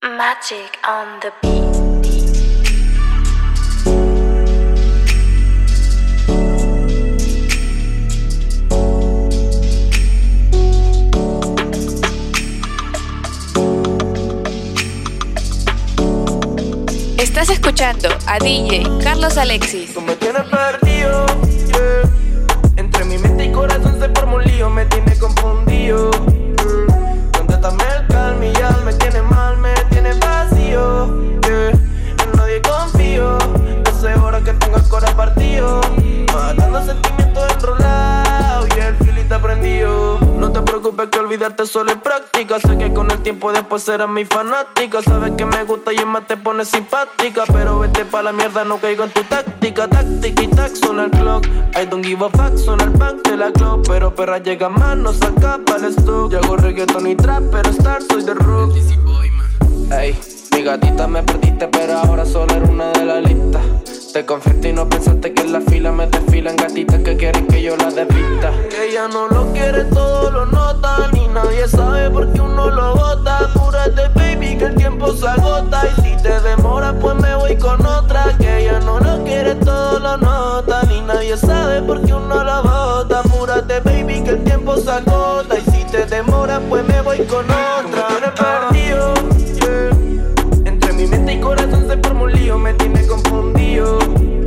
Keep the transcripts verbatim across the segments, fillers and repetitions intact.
Magic on the beat. Estás escuchando a D J Carlos Alexis. Tú me tienes perdido, yeah. Entre mi mente y corazón se forma un lío, me tiene confundido, yeah. Contéstame el calma y ya me tiene mal, me tiene vacío, yeah. En nadie confío, hace horas que tengo el corazón partido, matando sentimientos enrolados y el feel está prendido. No te preocupes que olvidarte solo es práctica. Sé que con el tiempo después serás mi fanática. Sabes que me gusta y es más te pones simpática. Pero vete pa' la mierda, no caigo en tu táctica. Táctica y tac, suena el clock. I don't give a fuck, suena el bank de la club. Pero perra llega más, no saca para el stock. Yo hago reggaeton y trap, pero star soy de rock. Ey, mi gatita me perdiste, pero ahora solo era una de la lista. Te confesé y no pensaste que en la fila me desfilan gatitas que quieren que yo la desvista. Que ella no lo quiere, todo lo nota. Ni nadie sabe por qué uno lo bota. Apúrate, baby, que el tiempo se agota. Y si te demora, pues me voy con otra. Que ella no lo quiere, todo lo nota. Ni nadie sabe por qué uno lo bota. Apúrate, baby, que el tiempo se agota. Y si te demora, pues me voy con otra. Me tienes perdido, yeah. Entre mi mente y corazón se forma un lío, me tiene confundido.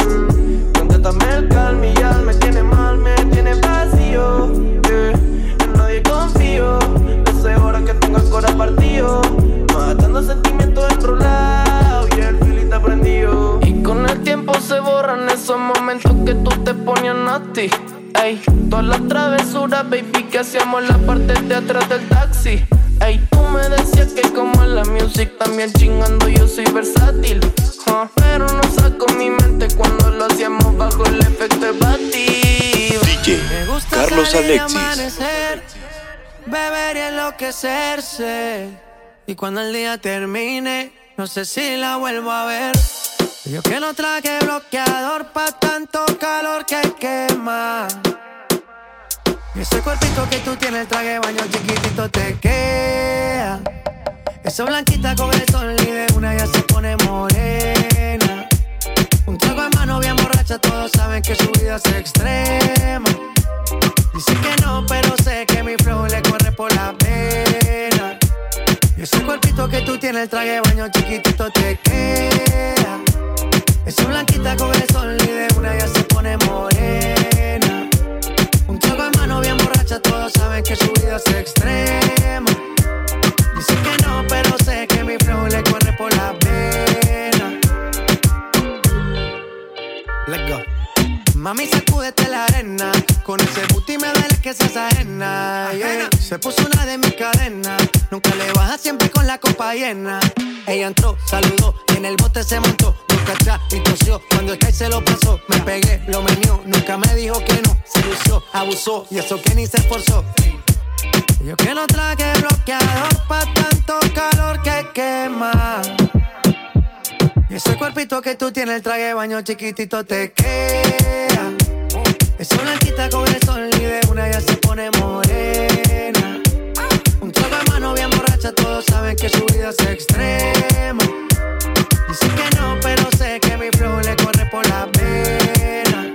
Contéstame el calma y ya me tiene mal, me tiene vacío, yeah. En nadie confío, hace horas que tengo el corazón partido, matando sentimientos enrolados y el feel está prendido. Y con el tiempo se borran esos momentos que tú te ponías nasty. Ey, todas las travesuras, baby, que hacíamos en la parte de atrás del taxi. Ey, tú me decías que como en la music también chingando yo soy versátil, huh? Pero no saco mi mente cuando lo hacíamos bajo el efecto del batido. D J Carlos Alexis. Amanecer, beber y enloquecerse. Y cuando el día termine, no sé si la vuelvo a ver. Yo que no traje bloqueador pa' tanto calor que quema. Y ese cuerpito que tú tienes, el traje de baño chiquitito te queda. Esa blanquita con el sol y de una ya se pone morena. Un trago en mano bien borracha, todos saben que su vida es extrema. Dicen que no, pero sé que mi flow le corre por la pena. Y ese cuerpito que tú tienes, el traje de baño chiquitito te queda. Esa blanquita con el sol y de una ya se pone morena. Un trago en mano bien borracha, todos saben que su vida es extrema. Dicen que no, pero sé que mi flow le corre por la pena. Let's go. Mami, sacúdete la arena. Con ese booty me duele que seas ajena, yeah. Se puso una de mis cadenas. Nunca le baja, siempre con la copa llena. Ella entró, saludó y en el bote se montó. Nunca atrás y tosió, cuando el Sky se lo pasó. Me pegué, lo menió, nunca me dijo que no. Se lució, abusó y eso que ni se esforzó. Yo que no traje bloqueador pa' tanto calor que quema. Y ese cuerpito que tú tienes, el traje de baño chiquitito te queda. Esa blanquita con el sol y de una ya se pone morena. Un trago de mano bien borracha, todos saben que su vida es extrema. Dicen que no, pero sé que mi flow le corre por la pena.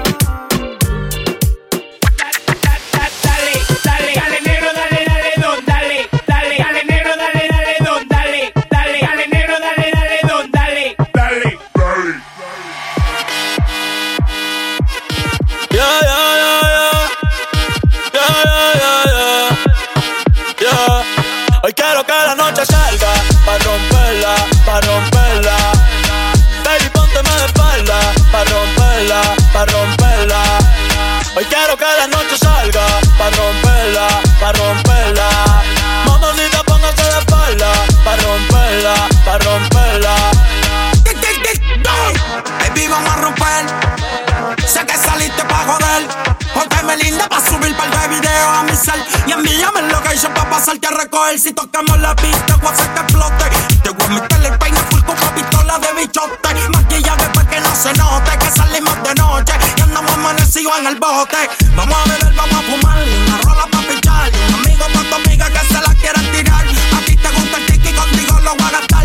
Dale, dale, dale, negro, dale, dale, don, dale, dale, dale, negro, dale, dale, don, dale, dale, dale, negro, dale, dale, don, dale, dale, dale. Yeah, yeah, yeah, yeah, yeah, yeah, yeah, yeah, yeah. Hoy quiero que la noche salga pa' romperla, pa' romperla. Baby, pónteme de espalda pa' romperla, pa' romperla. Hoy quiero que la noche salga pa' romperla, pa' romperla. Mamacita, póngase de espalda pa' romperla, pa' romperla. Baby, vamos a romper. Sé que saliste pa' joder. Pónteme linda pa' subir par de videos a mi cel. Y envíame el location pa' pasarte a recoger. Si tocamos la pista, voy a hacer que explote. Te voy a meterle el peine full con una pistola de bichote. Maquillaje pa' que no se note que salimos de noche y andamos amanecidos en el bote. Vamos a beber, vamos a fumar, una rola pa' pichar. Un amigo pa' tu amiga que se la quieren tirar. A ti te gusta el tiki, contigo lo voy a gastar.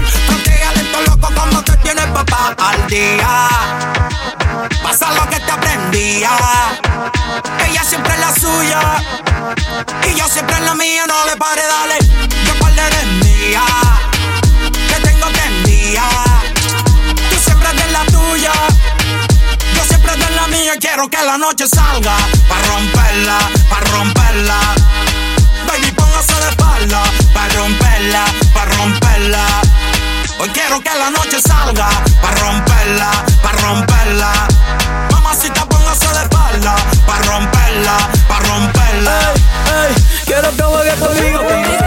siempre en la mía, no le pare, dale. Yo par de energía que tengo prendida. Tú siempre de la tuya, yo siempre de la mía. Quiero que la noche salga pa' romperla, pa' romperla. Baby, póngase de espalda pa' romperla, pa' romperla. Hoy quiero que la noche salga pa' romperla, pa' romperla. Mamacita, póngase de espalda pa' romperla, pa' romperla. Ey, ey, quiero que juegues conmigo.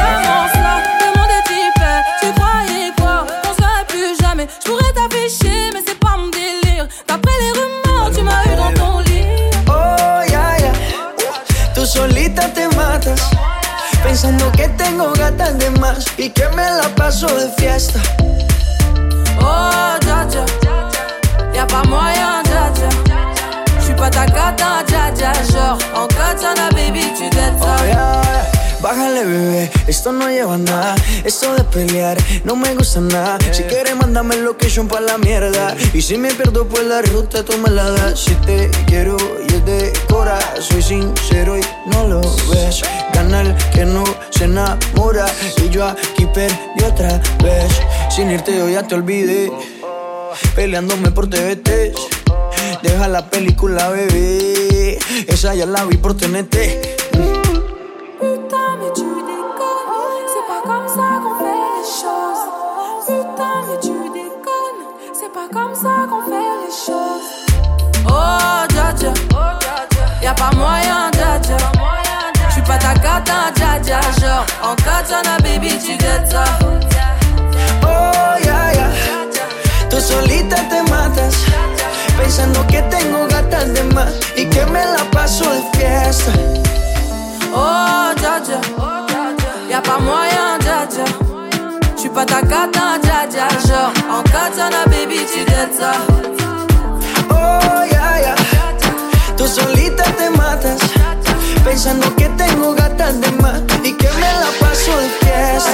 Tu croyais quoi, qu'on serait plus jamais. Je pourrais t'afficher, mais c'est pas mon délire. D'après les rumeurs, tu m'as eu dans ton lit. Oh, ya, ya. Tú solita te matas, pensando que tengo gatas de más y que me la paso de fiesta. Oh, dja dja, y'a pas moyen, dja dja. J'suis pas ta cata, dja dja. Genre, en katana, baby, tu dettes ça. Oh, yeah, yeah. Bájale, bebé, esto no lleva nada. Esto de pelear no me gusta nada. Si quieres, mándame el location pa' la mierda. Y si me pierdo por la ruta, tú me la das. Si te quiero y es de cora, soy sincero y no lo ves. Gana el que no se enamora. Y yo aquí perdí otra vez. Sin irte yo ya te olvidé, peleándome por T V T. Deja la película, bebé, esa ya la vi por T N T. Putain, mais tu déconnes, c'est pas comme ça qu'on fait les choses. Putain, mais tu déconnes, c'est pas comme ça qu'on fait les choses. Oh, dja dja, y'a pas moyen, dja dja. J'suis pas ta cata, dja dja. Genre, en katana, baby, tu dettes ça. Oh, ya, ya. Tú solita te matas, pensando que tengo gatas de más y que me la paso de fiesta. Oh, dja dja, y'a pas moyen, dja dja. J'suis pas ta cata, dja dja. Genre, en katana, baby, tu dettes ça. Oh, ya, ya. Tú solita te matas, pensando que tengo gatas de más y que me la paso de fiesta.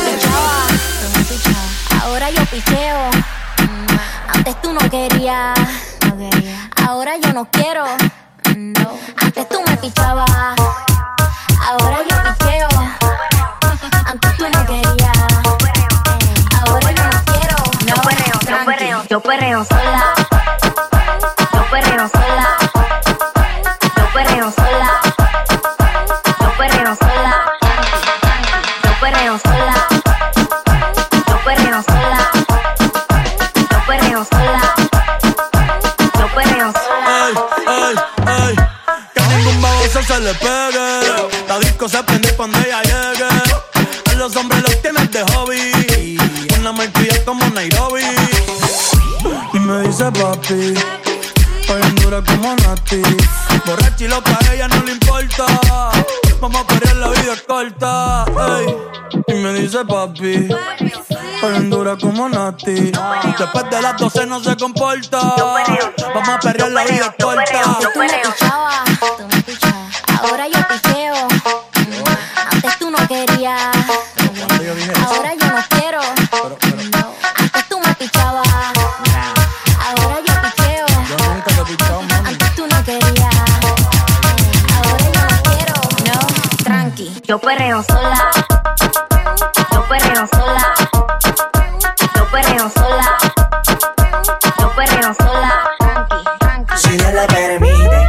Ahora yo picheo. Antes tú no querías, ahora yo no quiero. Antes tú me pichabas, ahora yo picheo. Antes tú no querías, ahora yo no quiero. Yo perreo, yo perreo, yo perreo sola. Yo perreo sola. Yo perreo sola. Yo perreo sola. Yo perreo sola. Yo perreo sola. Yo perreo sola. Yo perreo sola. Ey, ey, ey, que ningún baboso se le pegue. La disco se prende cuando ella llegue. A los hombres los tienes de hobby. Una marquilla como Nairobi. Y me dice papi, hoy en dura como Nati. Borracha y loca, a ella no le importa. Vamos a pelear, la vida es corta. Ey. Y me dice papi, hoy en dura como Nati. Después de las doce no se comporta. Vamos a perrear, la vida es corta. Tú me pichabas, tú me pichabas. Ahora yo picheo. Antes tú no querías, ahora yo no quiero. Antes tú me pichabas, ahora yo picheo. Antes tú no querías, ahora yo no quiero. No, tranqui. Yo perreo sola. Yo perreo sola. Yo perreo sola. Yo perreo sola. Tranqui, tranqui. Si Dios lo permite.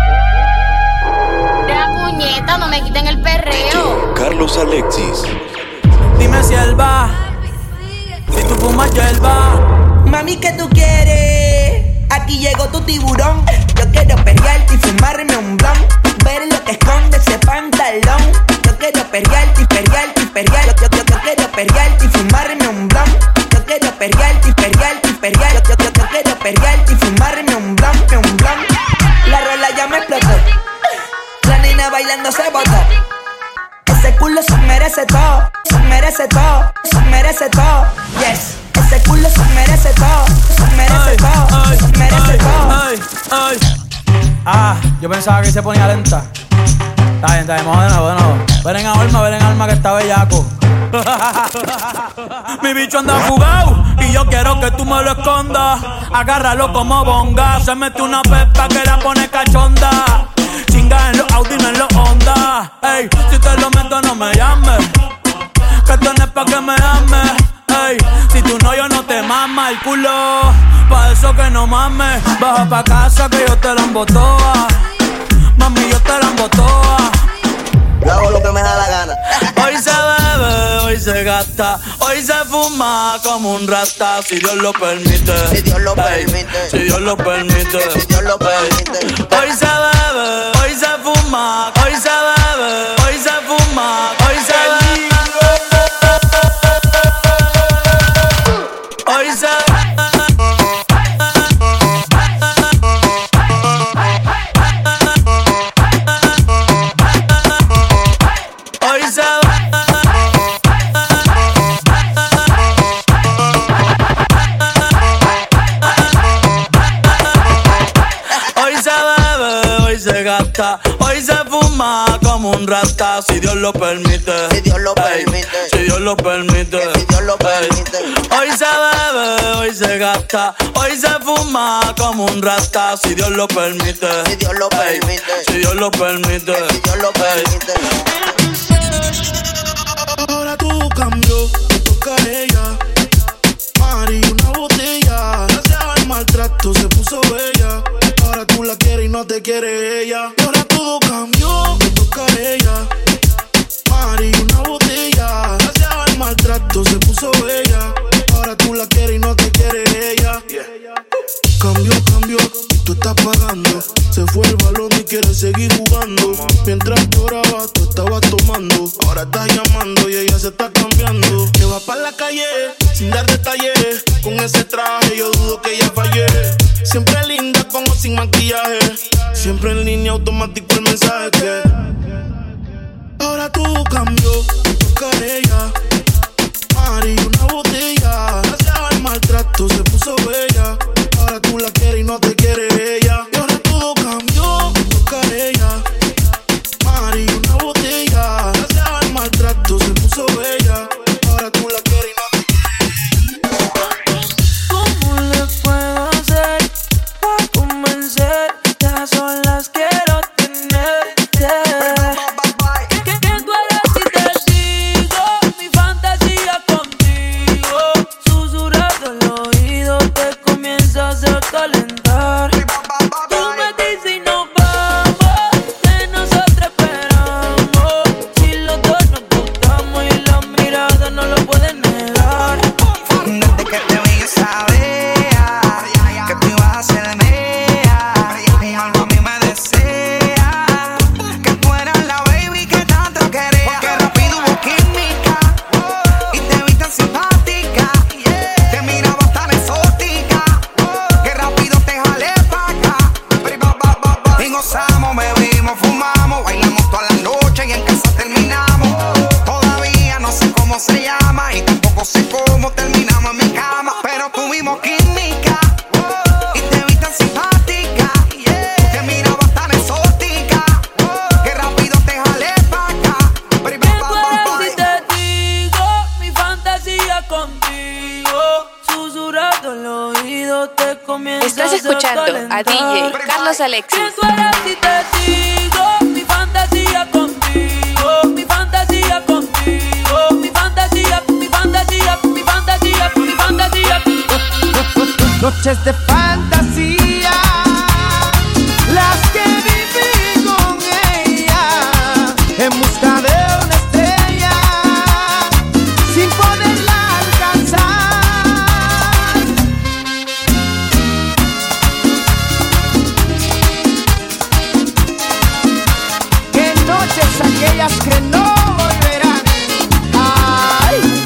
De la puñeta, no me quiten el perreo. Carlos Alexis. Dime si él va, si tú fumas hierba. Mami, ¿qué tú quieres? Aquí llegó tu tiburón. Yo quiero perrearte y fumarme un blunt. Ver lo que esconde ese pantalón. Yo quiero perrearte y perrearte y perrearte. Yo, yo, yo quiero perrearte y fumarme un blunt. Yo quiero perrearte y perrearte y perrearte. Yo, yo, yo quiero perrearte y fumarme un blunt, un blunt. La rola ya me explotó. La nena bailando se botó. Ese culo se merece todo, se merece todo, se merece todo. Yes. Ese culo se merece todo, se merece Ay, todo, ay, se merece ay, todo. ay, ay. Ah, yo pensaba que se ponía lenta. Está bien, está bien, vamos de nuevo, de nuevo. Ven en alma, ven en alma que está bellaco. Mi bicho anda fugado y yo quiero que tú me lo escondas. Agárralo como bonga. Se mete una pepa que la pone cachonda. Chinga en los Audi, no en los Honda. Ah, ey, si te lo meto no me llames, que esto no es pa' que me ames. Ey, si tu novio no te mama el culo, pa' eso que no mames. Baja pa' casa que yo te la embotoa. Mami, yo te la embotoa. Yo hago lo que me da la gana. Hoy se bebe, hoy se gasta, hoy se fuma como un rata. Si Dios lo permite, si Dios lo ey, permite, si Dios lo permite, si Dios lo permite. Hoy se bebe, hoy se fuma, hoy se bebe, hoy se fuma, hoy se bebe. Hoy se Hoy se Hoy se bebe, hoy se gasta, hoy se fuma como un rata. Si Dios lo permite, si Dios lo permite, ey, si Dios lo permite, si Dios lo permite. Hoy se bebe, hoy se gasta, hoy se fuma como un rata. Si Dios lo permite, si Dios lo permite, si Dios lo permite, si Dios lo permite. Ahora todo cambió, te toca a ella. Mari, una botella. Gracias al maltrato se puso bella. Ahora tú la quieres y no te quiere ella. Ahora todo cambió, te toca a ella. Mari, una botella. Gracias al maltrato se puso bella. Ahora tú la quieres y no te quiere ella. Yeah. Cambió, cambió, tú estás pagando. Se fue el balón y quiere seguir jugando. Mientras lloraba, tú estabas tomando. Ahora estás llamando y ella se está cambiando. Que va pa' la calle, sin dar detalles. Con ese traje yo dudo que ella fallé. Siempre linda como sin maquillaje. Siempre en línea automático el mensaje que ahora todo cambió, te toca a ella. Mari, una botella. Gracias al maltrato se puso bella. Ahora tú la quieres y no te quiere ella. Y ahora todo cambió, te toca a ella. Mari, una botella. Gracias al maltrato se puso bella. Ahora tú la quieres y no te quiere. ¿Cómo le puedo hacer para convencerte? A solas quiero tenerte. Que, que tú eres y te digo mi fantasía contigo. Susurrando el oído te comienzas a calentar. Tú me dices y nos vamos, de nosotros esperamos. Si los dos nos gustamos y la mirada no lo pueden negar. Desde que te vi yo sabía que tú ibas a ser mía. Mi alma a mí me desea que tú eras la baby que tanto quería. Porque rápido hubo química y te vi tan simpática. Te miraba tan exótica que rápido te jalé pa' acá. Y gozamos, bebimos, fumamos, bailamos toda la noche y en casa terminamos. Todavía no sé cómo se llama y tampoco sé cómo terminamos en mi cama. Pero tuvimos química y te vi tan simpática. Te miraba tan exótica que rápido te jalé pa' acá. Que tú eres y te digo mi fantasía contigo. Susurrando el oído te comienzas Estás escuchando a a D J Carlos Alexis. Que tú eres y te digo mi fantasía contigo. Mi fantasía contigo. Mi fantasía, mi fantasía, mi fantasía, mi fantasía. Noches de fantasía, las que viví con ella, en busca de una estrella, sin poderla alcanzar. Qué noches aquellas que no volverán. Ay.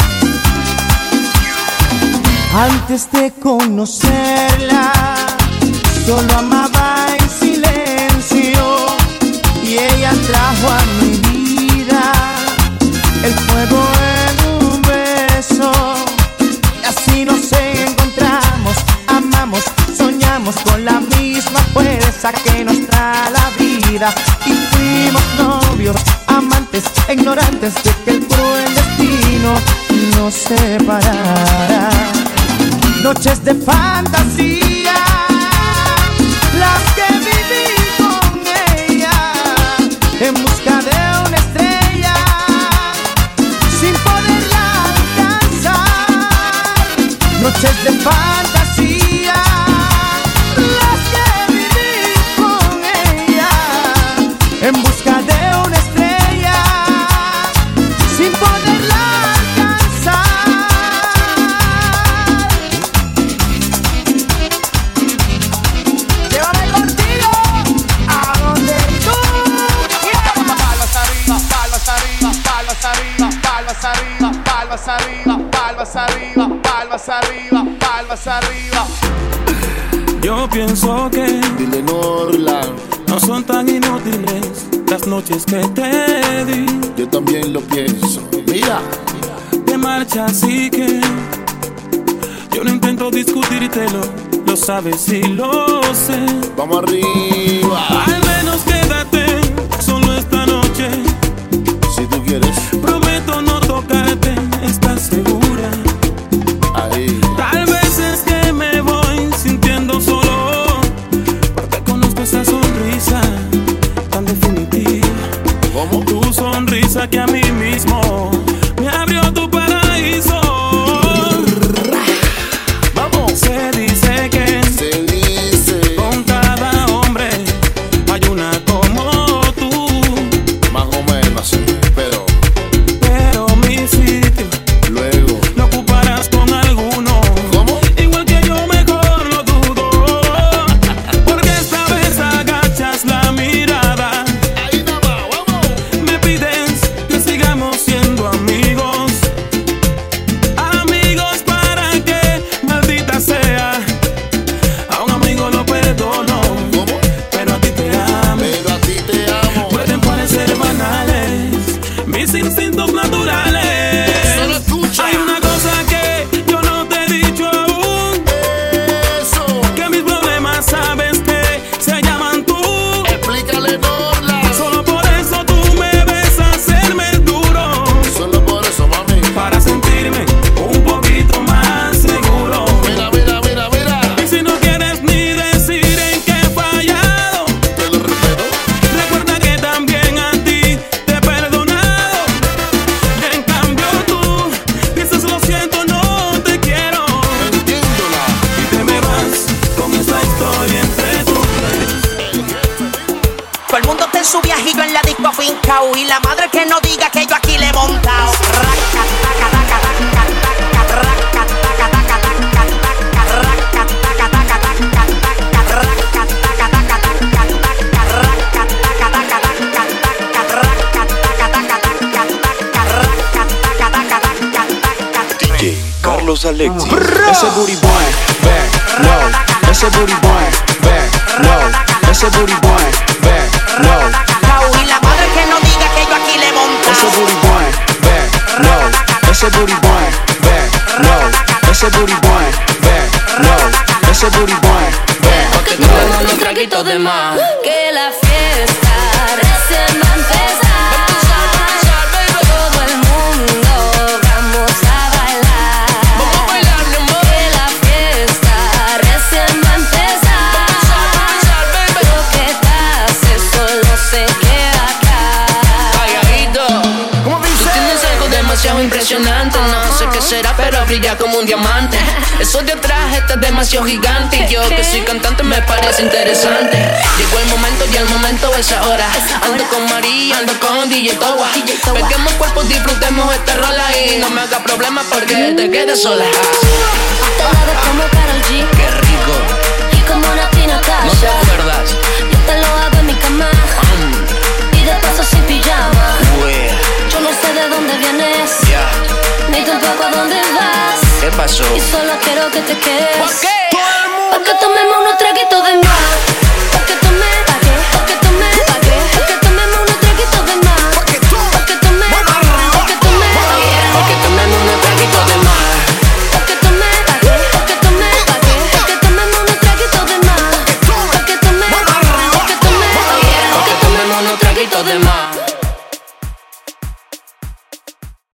Antes de conocerla, solo amaba en silencio, y ella trajo a mi vida el fuego en un beso. Y así nos encontramos, amamos, soñamos con la misma fuerza que nos trae la vida. Y fuimos novios, amantes, ignorantes de que el cruel destino nos separara. Noches de fantasía, las que viví con ella, en busca palmas arriba, palmas arriba. Yo pienso que dile Norla, no son tan inútiles las noches que te di. Yo también lo pienso. Mira, te marchas así que yo no intento discutírtelo, lo sabes y lo sé. Vamos arriba. Al menos quédate solo esta noche. Si tú quieres. Prometo no tocarte, ¿estás segura? Ahí. Tal vez es que me voy sintiendo solo, porque conozco esa sonrisa tan definitiva. ¿Cómo? Tu sonrisa que a mí mismo me abrió tu paraíso. Vamos. Se dice que Se dice con cada hombre hay una como tú. más o menos, pero Pero mi sitio luego. lo ocuparás con alguno. ¿Cómo? Igual que yo, mejor lo dudo, porque esta vez agachas la mirada. Ahí nada más, vamos. Me pides que sigamos siendo amigos, amigos para que, maldita sea, a un amigo lo perdono, ¿Cómo? pero a ti te amo. Pero a ti te amo. Pueden parecer banales mis instintos naturales. Solo escucha. Hay una cosa que yo no te he dicho aún, Eso. que mis problemas sabes que se llaman tú. Explícale Norla. Solo por eso tú me ves hacerme duro, Solo por eso, mami. para sentirme un poquito más seguro. Mira, mira, mira, mira. Y si no quieres ni decir en qué he fallado, Te lo respeto. recuerda que también a ti te he perdonado. Y en cambio tú dices lo siento, no te quiero, Entiéndola. y te me vas con esa historia entre tus tres. Todo el mundo está en su viajillo en la disco fincao. Y la madre que no diga que yo aquí le he montao. D J Carlos Alexis. Ese booty boy, back low. Ese booty boy, back low. Ese booty boy, back low. Y la madre que no diga que yo aquí le he montao. Ese booty boy, back low. Ese booty boy, back low. Ese booty boy, back low. Ese booty boy, back low. Tomando un traguito de más. Que la fiesta recién va a empezar. Todo el mundo vamos a bailar. Que la fiesta recién va a empezar. Lo que pase solo se queda acá. Calladito. Tú tienes algo demasiado impresionante. No sé qué será, pero brilla como un diamante. Eso de atrás está demasiado gigante. Y yo que soy cantante me parece interesante. Llegó el momento y el momento es ahora. Ando con María, ando con D J Towa. Peguemos cuerpos, disfrutemos esta rola. Y no me haga problema porque te quedes sola. Te la ves como Karol G. Qué rico. Y como Nati Natasha. ¿No te acuerdas? Yo te lo hago en mi cama. Y de paso sin pijama. Wea. Yo no sé de dónde vienes, Ya. ni tampoco a dónde vas. ¿Qué pasó? Y solo quiero que te quedes. ¿Por qué? Pa' que tomemos unos traguitos de más.